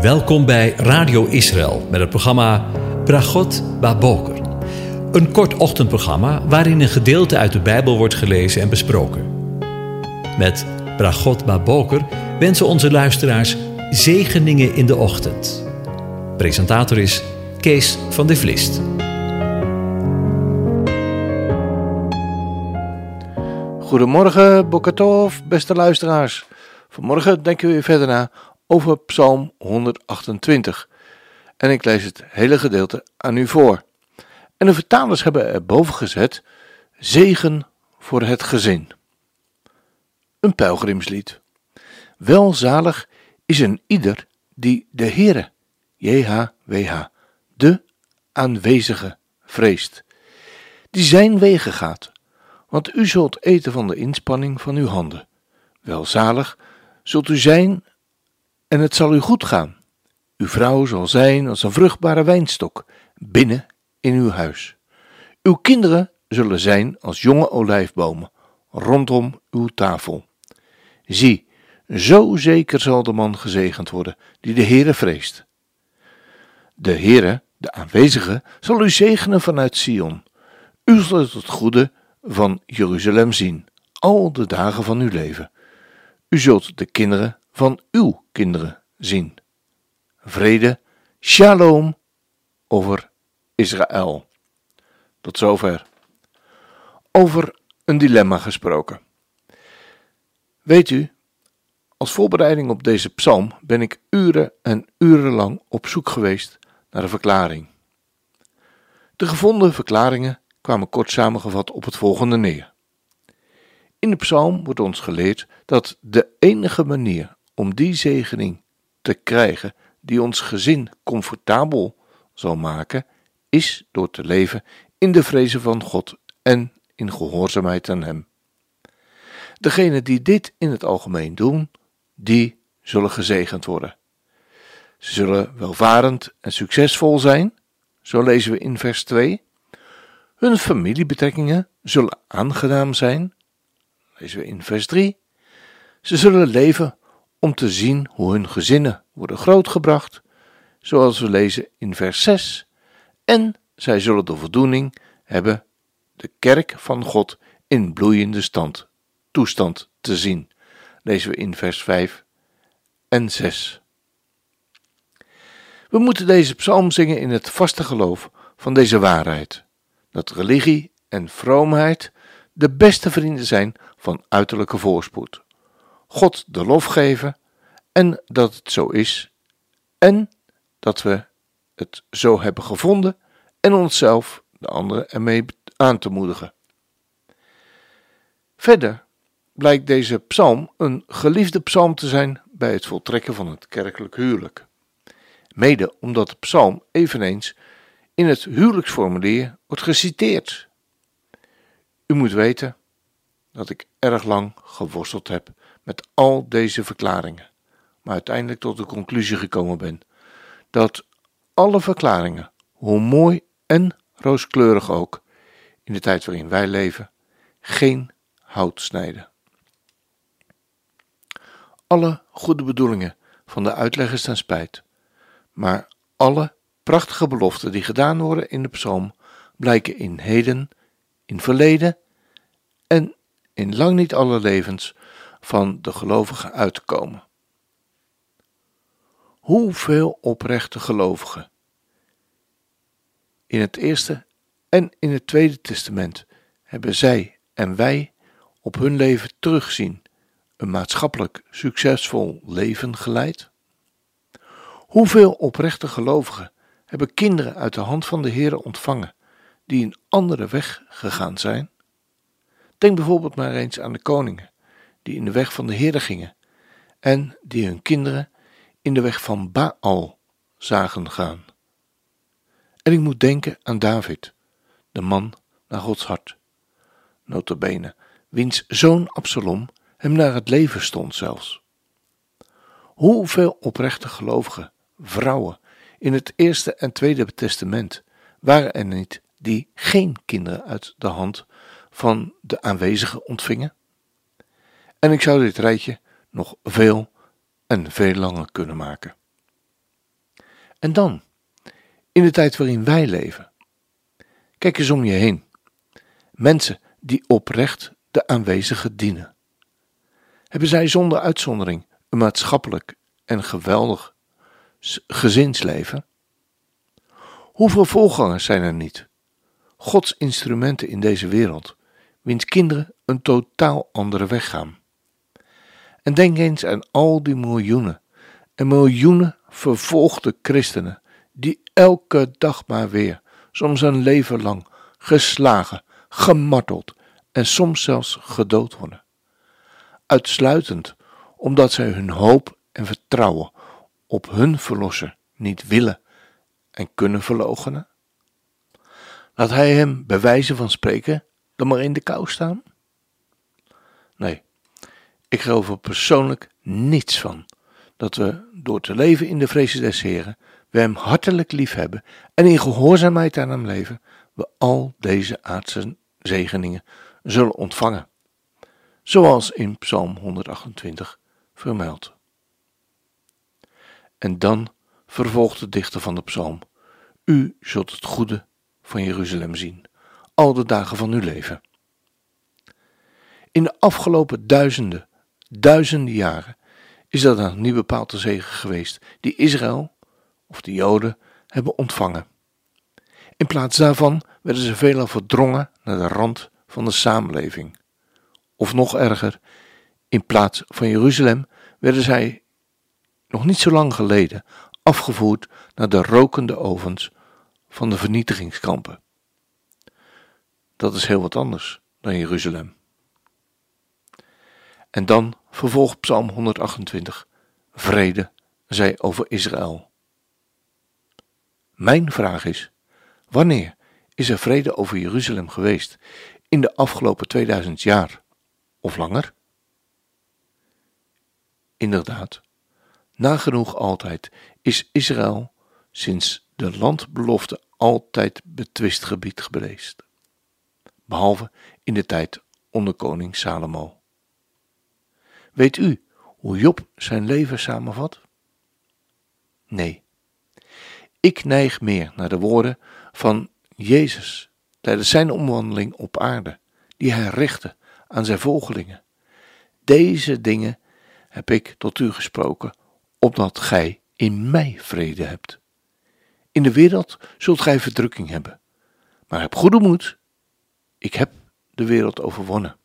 Welkom bij Radio Israël met het programma Bragot Baboker. Een kort ochtendprogramma waarin een gedeelte uit de Bijbel wordt gelezen en besproken. Met Bragot Baboker wensen onze luisteraars zegeningen in de ochtend. Presentator is Kees van de Vlist. Goedemorgen, Boker Tov, beste luisteraars. Vanmorgen denken we weer verder na over Psalm 128. En ik lees het hele gedeelte aan u voor. En de vertalers hebben erboven gezet: zegen voor het gezin. Een pelgrimslied. Welzalig is een ieder die de Heere, JHWH, de aanwezige, vreest, die zijn wegen gaat, want u zult eten van de inspanning van uw handen. Welzalig zult u zijn en het zal u goed gaan. Uw vrouw zal zijn als een vruchtbare wijnstok binnen in uw huis. Uw kinderen zullen zijn als jonge olijfbomen rondom uw tafel. Zie, zo zeker zal de man gezegend worden die de Heere vreest. De Heere, de aanwezige, zal u zegenen vanuit Sion. U zult het goede van Jeruzalem zien, al de dagen van uw leven. U zult de kinderen van uw kinderen zien. Vrede, shalom over Israël. Tot zover. Over een dilemma gesproken. Weet u, als voorbereiding op deze psalm ben ik uren en urenlang op zoek geweest naar een verklaring. De gevonden verklaringen kwamen kort samengevat op het volgende neer. In de psalm wordt ons geleerd dat de enige manier om die zegening te krijgen die ons gezin comfortabel zal maken, is door te leven in de vrezen van God en in gehoorzaamheid aan Hem. Degenen die dit in het algemeen doen, die zullen gezegend worden. Ze zullen welvarend en succesvol zijn, zo lezen we in vers 2. Hun familiebetrekkingen zullen aangenaam zijn, lezen we in vers 3. Ze zullen leven om te zien hoe hun gezinnen worden grootgebracht, zoals we lezen in vers 6. En zij zullen de voldoening hebben de kerk van God in bloeiende toestand te zien, lezen we in vers 5 en 6. We moeten deze psalm zingen in het vaste geloof van deze waarheid, dat religie en vroomheid de beste vrienden zijn van uiterlijke voorspoed. God de lof geven en dat het zo is en dat we het zo hebben gevonden en onszelf, de anderen, ermee aan te moedigen. Verder blijkt deze psalm een geliefde psalm te zijn bij het voltrekken van het kerkelijk huwelijk. Mede omdat de psalm eveneens in het huwelijksformulier wordt geciteerd. U moet weten dat ik erg lang geworsteld heb met al deze verklaringen, maar uiteindelijk tot de conclusie gekomen ben dat alle verklaringen, hoe mooi en rooskleurig ook, in de tijd waarin wij leven, geen hout snijden. Alle goede bedoelingen van de uitleggers ten spijt, maar alle prachtige beloften die gedaan worden in de psalm blijken in heden, in verleden en in lang niet alle levens van de gelovigen uit te komen. Hoeveel oprechte gelovigen in het Eerste en in het Tweede Testament hebben zij en wij op hun leven terugzien een maatschappelijk succesvol leven geleid? Hoeveel oprechte gelovigen hebben kinderen uit de hand van de Heere ontvangen die een andere weg gegaan zijn? Denk bijvoorbeeld maar eens aan de koningen die in de weg van de Heere gingen en die hun kinderen in de weg van Baal zagen gaan. En ik moet denken aan David, de man naar Gods hart, nota bene, wiens zoon Absalom hem naar het leven stond zelfs. Hoeveel oprechte gelovigen, vrouwen in het Eerste en Tweede Testament waren er niet die geen kinderen uit de hand van de aanwezigen ontvingen? En ik zou dit rijtje nog veel en veel langer kunnen maken. En dan, in de tijd waarin wij leven, kijk eens om je heen. Mensen die oprecht de aanwezigen dienen. Hebben zij zonder uitzondering een maatschappelijk en geweldig gezinsleven? Hoeveel voorgangers zijn er niet? Gods instrumenten in deze wereld, wiens kinderen een totaal andere weg gaan. En denk eens aan al die miljoenen en miljoenen vervolgde christenen die elke dag maar weer, soms een leven lang, geslagen, gemarteld en soms zelfs gedood worden. Uitsluitend omdat zij hun hoop en vertrouwen op hun verlosser niet willen en kunnen verloochenen. Laat hij hem bij wijze van spreken dan maar in de kou staan? Nee, ik geloof er persoonlijk niets van dat we door te leven in de vrezen des Heren, we hem hartelijk lief hebben en in gehoorzaamheid aan hem leven, we al deze aardse zegeningen zullen ontvangen, zoals in Psalm 128 vermeld. En dan vervolgt de dichter van de psalm: U zult het goede van Jeruzalem zien, al de dagen van uw leven. In de afgelopen duizenden jaren is dat een niet bepaald de zegen geweest die Israël, of de Joden, hebben ontvangen. In plaats daarvan werden ze veelal verdrongen naar de rand van de samenleving. Of nog erger, in plaats van Jeruzalem werden zij, nog niet zo lang geleden, afgevoerd naar de rokende ovens van de vernietigingskampen. Dat is heel wat anders dan Jeruzalem. En dan vervolgt Psalm 128, vrede zij over Israël. Mijn vraag is, wanneer is er vrede over Jeruzalem geweest in de afgelopen 2000 jaar of langer? Inderdaad, nagenoeg altijd is Israël sinds de landbelofte altijd betwist gebied geweest, behalve in de tijd onder koning Salomo. Weet u hoe Job zijn leven samenvat? Nee, ik neig meer naar de woorden van Jezus tijdens zijn omwandeling op aarde, die hij richtte aan zijn volgelingen. Deze dingen heb ik tot u gesproken, opdat gij in mij vrede hebt. In de wereld zult gij verdrukking hebben, maar heb goede moed, ik heb de wereld overwonnen.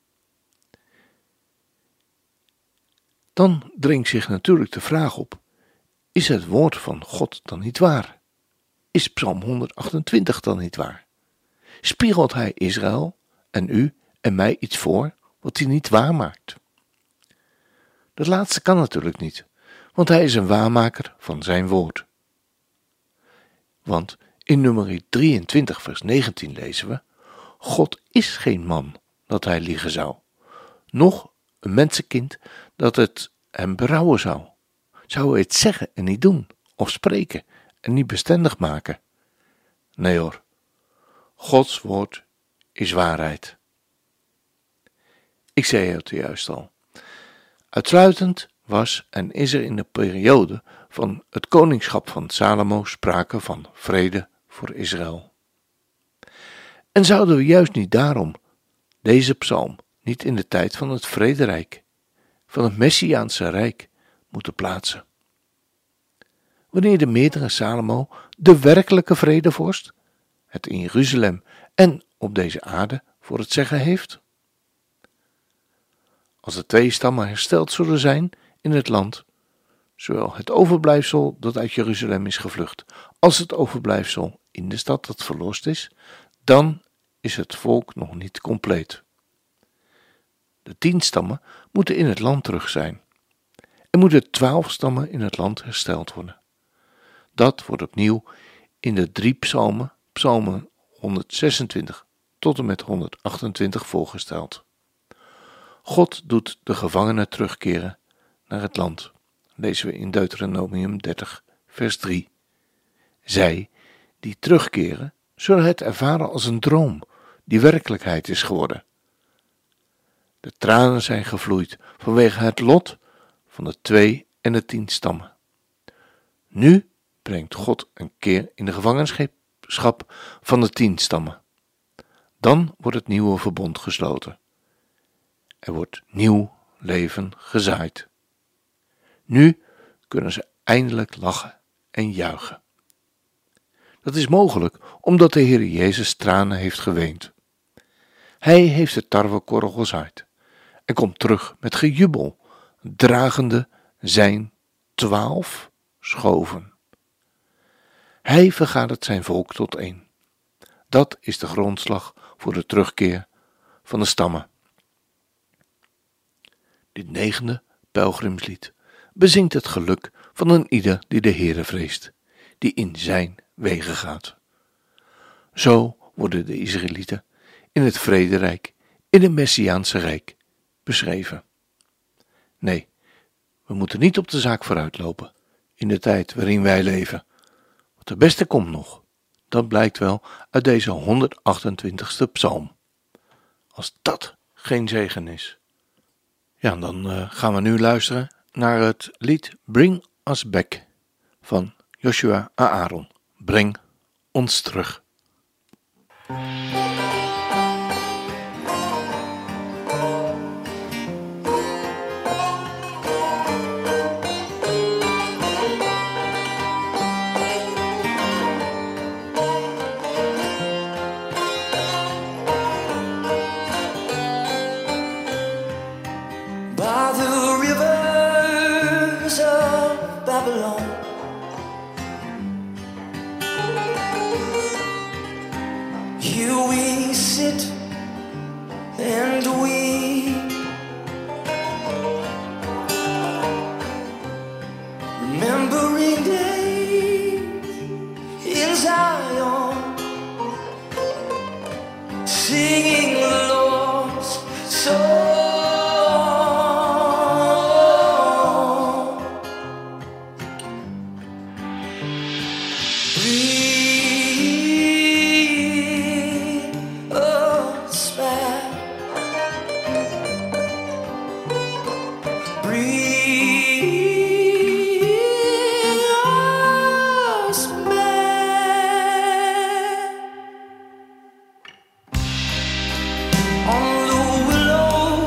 Dan dringt zich natuurlijk de vraag op, is het woord van God dan niet waar? Is Psalm 128 dan niet waar? Spiegelt hij Israël en u en mij iets voor wat hij niet waar maakt? Dat laatste kan natuurlijk niet, want hij is een waarmaker van zijn woord. Want in Numeri 23 vers 19 lezen we: God is geen man dat hij liegen zou, noch een mensenkind dat het hem berouwen zou. Zou hij het zeggen en niet doen, of spreken en niet bestendig maken? Nee hoor, Gods woord is waarheid. Ik zei het juist al. Uitsluitend was en is er in de periode van het koningschap van Salomo sprake van vrede voor Israël. En zouden we juist niet daarom deze psalm niet in de tijd van het vrederijk, van het Messiaanse rijk, moeten plaatsen? Wanneer de meerdere Salomo, de werkelijke vredevorst, het in Jeruzalem en op deze aarde voor het zeggen heeft? Als de twee stammen hersteld zullen zijn in het land, zowel het overblijfsel dat uit Jeruzalem is gevlucht, als het overblijfsel in de stad dat verlost is, dan is het volk nog niet compleet. De 10 stammen moeten in het land terug zijn. Er moeten 12 stammen in het land hersteld worden. Dat wordt opnieuw in de 3 psalmen, psalmen 126 tot en met 128 voorgesteld. God doet de gevangenen terugkeren naar het land, lezen we in Deuteronomium 30, vers 3. Zij die terugkeren, zullen het ervaren als een droom die werkelijkheid is geworden. De tranen zijn gevloeid vanwege het lot van de 2 en de 10 stammen. Nu brengt God een keer in de gevangenschap van de 10 stammen. Dan wordt het nieuwe verbond gesloten. Er wordt nieuw leven gezaaid. Nu kunnen ze eindelijk lachen en juichen. Dat is mogelijk omdat de Heer Jezus tranen heeft geweend. Hij heeft de tarwekorrel gezaaid en komt terug met gejubel, dragende zijn 12 schoven. Hij vergadert zijn volk tot één. Dat is de grondslag voor de terugkeer van de stammen. Dit 9e pelgrimslied bezingt het geluk van een ieder die de Heere vreest, die in zijn wegen gaat. Zo worden de Israëlieten in het vrederijk, in het Messiaanse rijk, beschreven. Nee, we moeten niet op de zaak vooruitlopen in de tijd waarin wij leven. Wat het beste komt nog, dat blijkt wel uit deze 128e psalm. Als dat geen zegen is. Ja, dan gaan we nu luisteren naar het lied Bring Us Back van Joshua Aaron. Breng ons terug. By the rivers of Babylon, here we sit and weep, remembering days in Zion, singing the Lord's song. On the willow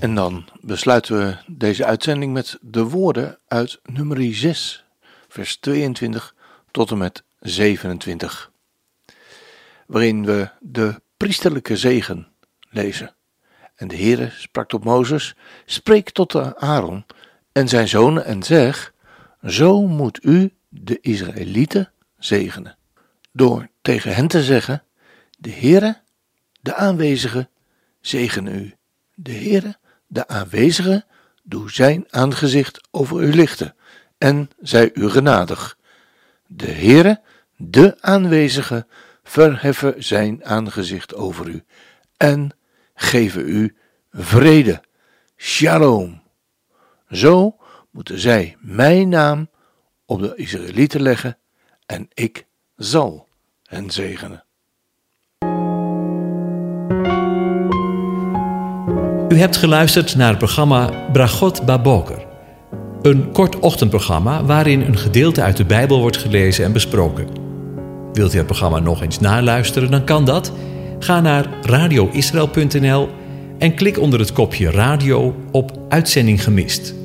En dan besluiten we deze uitzending met de woorden uit Numeri 6, vers 22 tot en met 27. Waarin we de priesterlijke zegen lezen. En de Heere sprak tot Mozes: spreek tot Aaron en zijn zonen en zeg: zo moet u de Israëlieten zegenen. Door tegen hen te zeggen: de Heere, de aanwezige, zegene u. De Heere, de aanwezige, doe zijn aangezicht over u lichten en zij u genadig. De Heere, de aanwezige, verheffen zijn aangezicht over u en geven u vrede. Shalom. Zo moeten zij mijn naam op de Israëlieten leggen en ik zal hen zegenen. U hebt geluisterd naar het programma Bragot Baboker. Een kort ochtendprogramma waarin een gedeelte uit de Bijbel wordt gelezen en besproken. Wilt u het programma nog eens naluisteren, dan kan dat. Ga naar radioisrael.nl en klik onder het kopje radio op Uitzending gemist.